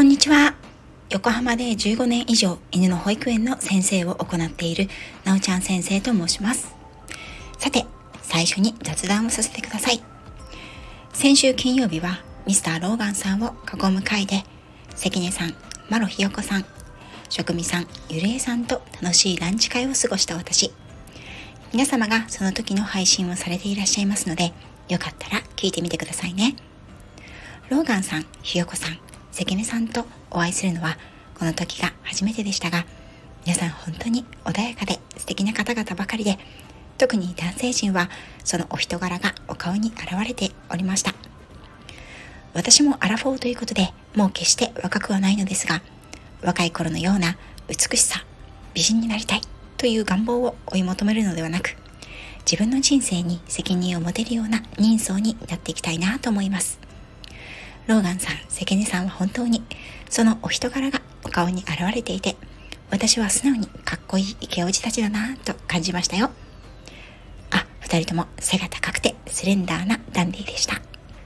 こんにちは。横浜で15年以上犬の保育園の先生を行っているなおちゃん先生と申します。さて、最初に雑談をさせてください。先週金曜日はミスターローガンさんを囲む会で、関根さん、マロひよこさん、職味さん、ゆりえさんと楽しいランチ会を過ごした私。皆様がその時の配信をされていらっしゃいますので、よかったら聞いてみてくださいね。ローガンさん、ひよこさん、関根さんとお会いするのはこの時が初めてでしたが、皆さん本当に穏やかで素敵な方々ばかりで、特に男性陣はそのお人柄がお顔に現れておりました。私もアラフォーということで、もう決して若くはないのですが、若い頃のような美しさ、美人になりたいという願望を追い求めるのではなく、自分の人生に責任を持てるような人相になっていきたいなと思います。ローガンさん、関根さんは本当にそのお人柄がお顔に現れていて、私は素直にかっこいいイケオジたちだなと感じましたよ。二人とも背が高くてスレンダーなダンディでした。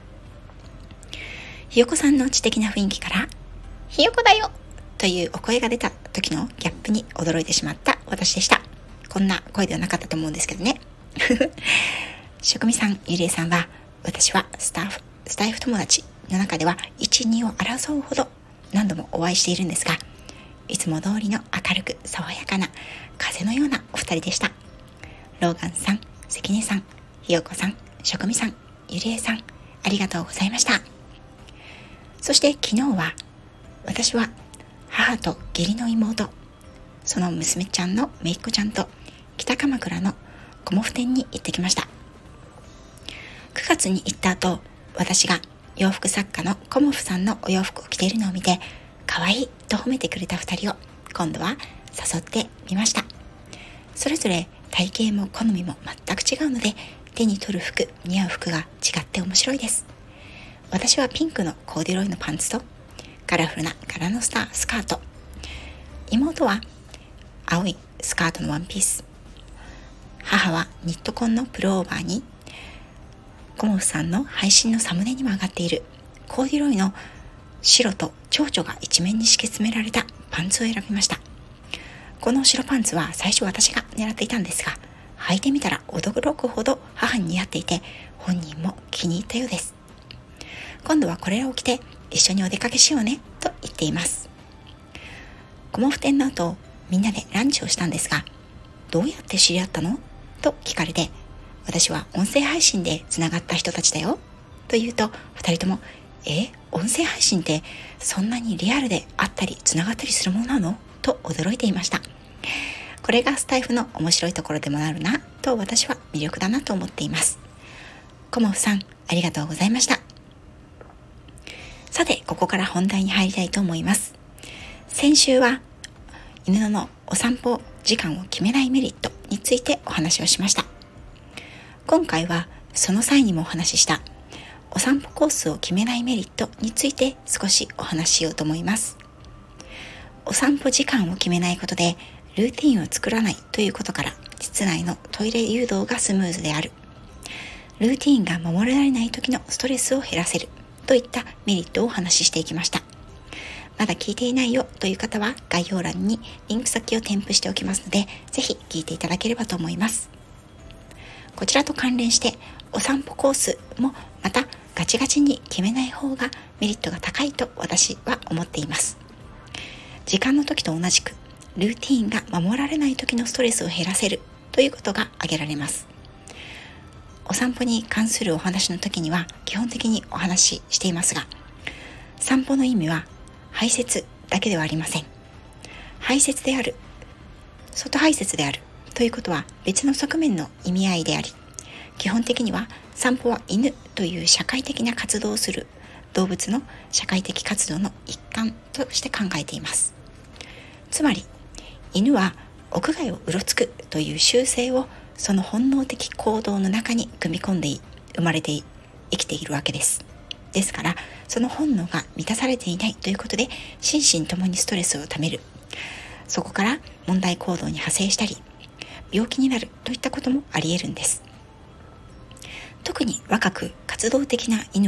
ひよこさんの知的な雰囲気から、ひよこだよというお声が出た時のギャップに驚いてしまった私でした。こんな声ではなかったと思うんですけどね。職味さん、ゆりえさんは、私はスタイフ友達の中では1、2を争うほど何度もお会いしているんですが、いつも通りの明るく爽やかな風のようなお二人でした。ローガンさん、関根さん、ひよこさん、職味さん、ゆりえさん、ありがとうございました。そして昨日は、私は母と義理の妹、その娘ちゃんのめいっ子ちゃんと北鎌倉のコモフ店に行ってきました。9月に行った後、私が洋服作家のコモフさんのお洋服を着ているのを見て、可愛いと褒めてくれた2人を今度は誘ってみました。それぞれ体型も好みも全く違うので、手に取る服、似合う服が違って面白いです。私はピンクのコーデュロイのパンツとカラフルな柄のスカート、妹は青いスカートのワンピース、母はニットコンのプルオーバーに、コモフさんの配信のサムネにも上がっているコーデュロイの白と蝶々が一面に敷き詰められたパンツを選びました。この白パンツは最初私が狙っていたんですが、履いてみたら驚くほど母に似合っていて、本人も気に入ったようです。今度はこれらを着て一緒にお出かけしようねと言っています。コモフ店の後、みんなでランチをしたんですが、どうやって知り合ったのと聞かれて、私は音声配信でつながった人たちだよと言うと、2人とも音声配信ってそんなにリアルで会ったりつながったりするものなのと驚いていました。これがスタイフの面白いところでもあるなと、私は魅力だなと思っています。コモフさん、ありがとうございました。さて、ここから本題に入りたいと思います。先週は犬のお散歩時間を決めないメリットについてお話をしました。今回はその際にもお話ししたお散歩コースを決めないメリットについて少しお話ししようと思います。お散歩時間を決めないことでルーティンを作らないということから、室内のトイレ誘導がスムーズである、ルーティンが守られない時のストレスを減らせるといったメリットをお話ししていきました。まだ聞いていないよという方は概要欄にリンク先を添付しておきますので、ぜひ聞いていただければと思います。こちらと関連してお散歩コースもまたガチガチに決めない方がメリットが高いと私は思っています。時間の時と同じくルーティーンが守られない時のストレスを減らせるということが挙げられます。お散歩に関するお話の時には基本的にお話ししていますが、散歩の意味は排泄だけではありません。排泄である、外排泄であるということは別の側面の意味合いであり、基本的には散歩は犬という社会的な活動をする動物の社会的活動の一環として考えています。つまり犬は屋外をうろつくという習性をその本能的行動の中に組み込んで生まれて生きているわけです。ですからその本能が満たされていないということで、心身ともにストレスをためる、そこから問題行動に派生したり病気になるといったこともあり得るんです。特に若く活動的な犬は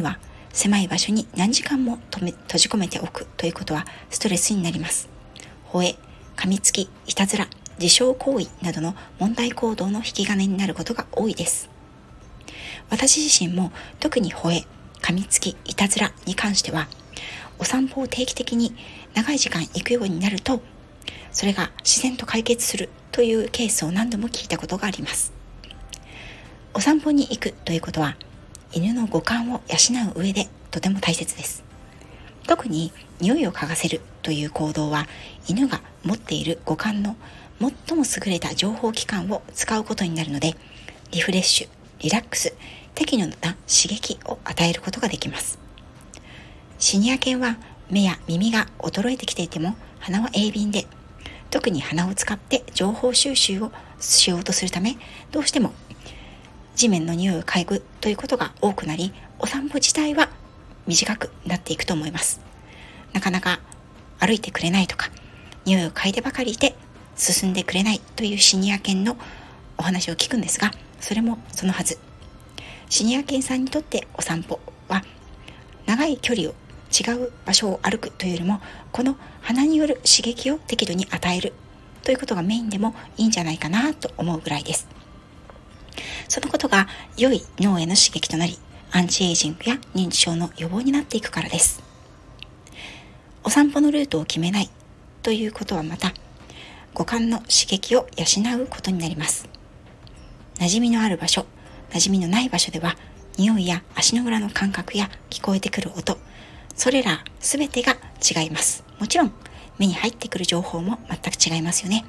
狭い場所に何時間も閉じ込めておくということはストレスになります。吠え、噛みつき、いたずら、自傷行為などの問題行動の引き金になることが多いです。私自身も特に吠え、噛みつき、いたずらに関しては、お散歩を定期的に長い時間行くようになると、それが自然と解決するというケースを何度も聞いたことがあります。お散歩に行くということは、犬の五感を養う上でとても大切です。特に匂いを嗅がせるという行動は、犬が持っている五感の最も優れた情報機関を使うことになるので、リフレッシュ、リラックス、適度な刺激を与えることができます。シニア犬は目や耳が衰えてきていても鼻は鋭敏で、特に鼻を使って情報収集をしようとするため、どうしても地面の匂いを嗅ぐということが多くなり、お散歩自体は短くなっていくと思います。なかなか歩いてくれないとか、匂いを嗅いでばかりいて進んでくれないというシニア犬のお話を聞くんですが、それもそのはず。シニア犬さんにとってお散歩は長い距離を違う場所を歩くというよりも、この鼻による刺激を適度に与えるということがメインでもいいんじゃないかなと思うぐらいです。そのことが良い脳への刺激となり、アンチエイジングや認知症の予防になっていくからです。お散歩のルートを決めないということはまた、五感の刺激を養うことになります。馴染みのある場所、馴染みのない場所では、匂いや足の裏の感覚や聞こえてくる音、それらすべてが違います。もちろん目に入ってくる情報も全く違いますよね。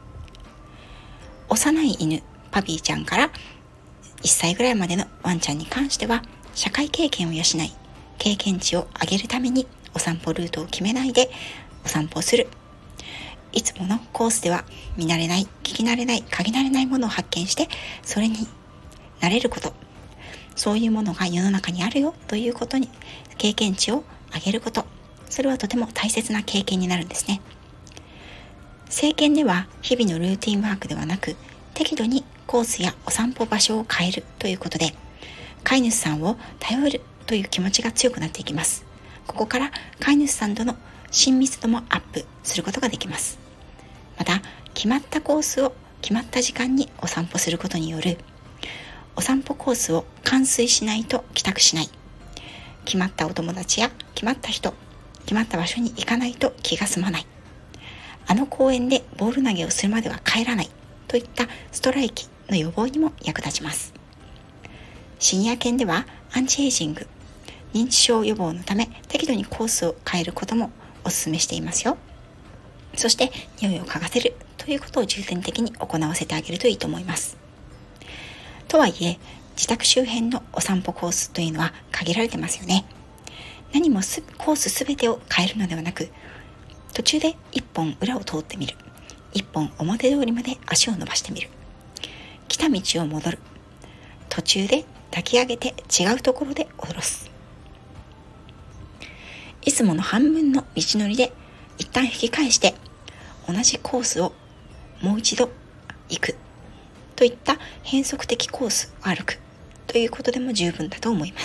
幼い犬パピーちゃんから1歳ぐらいまでのワンちゃんに関しては、社会経験を養い、経験値を上げるためにお散歩ルートを決めないでお散歩をする。いつものコースでは見慣れない、聞き慣れない、嗅ぎ慣れないものを発見して、それに慣れること、そういうものが世の中にあるよということに経験値を上げること、それはとても大切な経験になるんですね。成犬では日々のルーティンワークではなく、適度にコースやお散歩場所を変えるということで、飼い主さんを頼るという気持ちが強くなっていきます。ここから飼い主さんとの親密度もアップすることができます。また、決まったコースを決まった時間にお散歩することによる、お散歩コースを完遂しないと帰宅しない、決まったお友達や決まった人、決まった場所に行かないと気が済まない、あの公園でボール投げをするまでは帰らないといったストライキの予防にも役立ちます。シニア犬ではアンチエイジング、認知症予防のため適度にコースを変えることもお勧めしていますよ。そして匂いを嗅がせるということを重点的に行わせてあげるといいと思います。とはいえ、自宅周辺のお散歩コースというのは限られてますよね。何もコースすべてを変えるのではなく、途中で一本裏を通ってみる、一本表通りまで足を伸ばしてみる、来た道を戻る、途中で抱き上げて違うところで下ろす、いつもの半分の道のりで一旦引き返して同じコースをもう一度行くといった変則的コースを歩くということでも十分だと思います。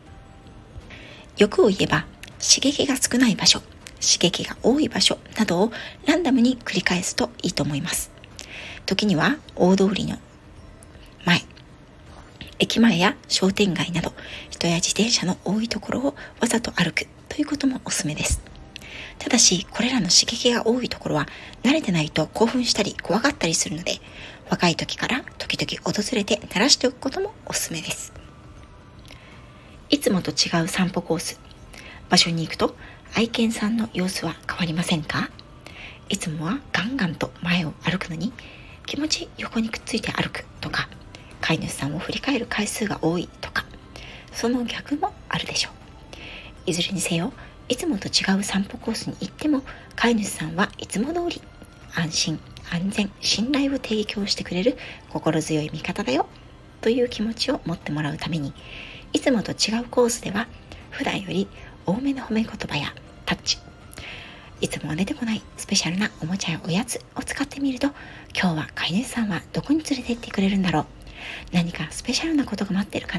欲を言えば、刺激が少ない場所、刺激が多い場所などをランダムに繰り返すといいと思います。時には大通りの前、駅前や商店街など人や自転車の多いところをわざと歩くということもおすすめです。ただし、これらの刺激が多いところは慣れてないと興奮したり怖がったりするので、若い時から時々訪れて慣らしておくこともおすすめです。いつもと違う散歩コース、場所に行くと愛犬さんの様子は変わりませんか？いつもはガンガンと前を歩くのに、気持ち横にくっついて歩くとか、飼い主さんを振り返る回数が多いとか、その逆もあるでしょう。いずれにせよ、いつもと違う散歩コースに行っても、飼い主さんはいつも通り安心安全信頼を提供してくれる心強い味方だよという気持ちを持ってもらうために、いつもと違うコースでは普段より多めの褒め言葉やタッチ、いつもは出てこないスペシャルなおもちゃやおやつを使ってみると、今日は飼い主さんはどこに連れて行ってくれるんだろう、何かスペシャルなことが待ってるかな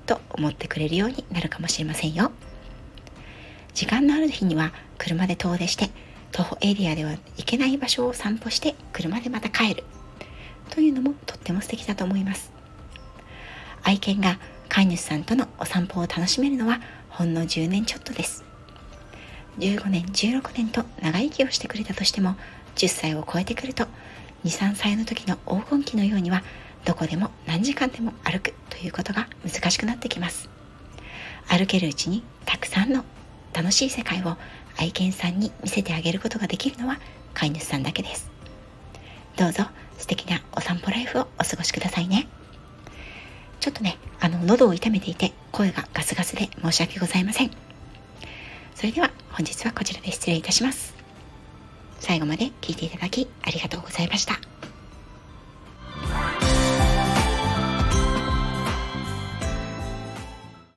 と思ってくれるようになるかもしれませんよ。時間のある日には車で遠出して、徒歩エリアでは行けない場所を散歩して車でまた帰るというのもとっても素敵だと思います。愛犬が飼い主さんとのお散歩を楽しめるのはほんの10年ちょっとです。15年16年と長生きをしてくれたとしても、10歳を超えてくると2、3歳の時の黄金期のようにはどこでも何時間でも歩くということが難しくなってきます。歩けるうちにたくさんの楽しい世界を愛犬さんに見せてあげることができるのは飼い主さんだけです。どうぞ素敵なお散歩ライフをお過ごしくださいね。ちょっとね、喉を痛めていて声がガスガスで申し訳ございません。それでは本日はこちらで失礼いたします。最後まで聞いていただきありがとうございました。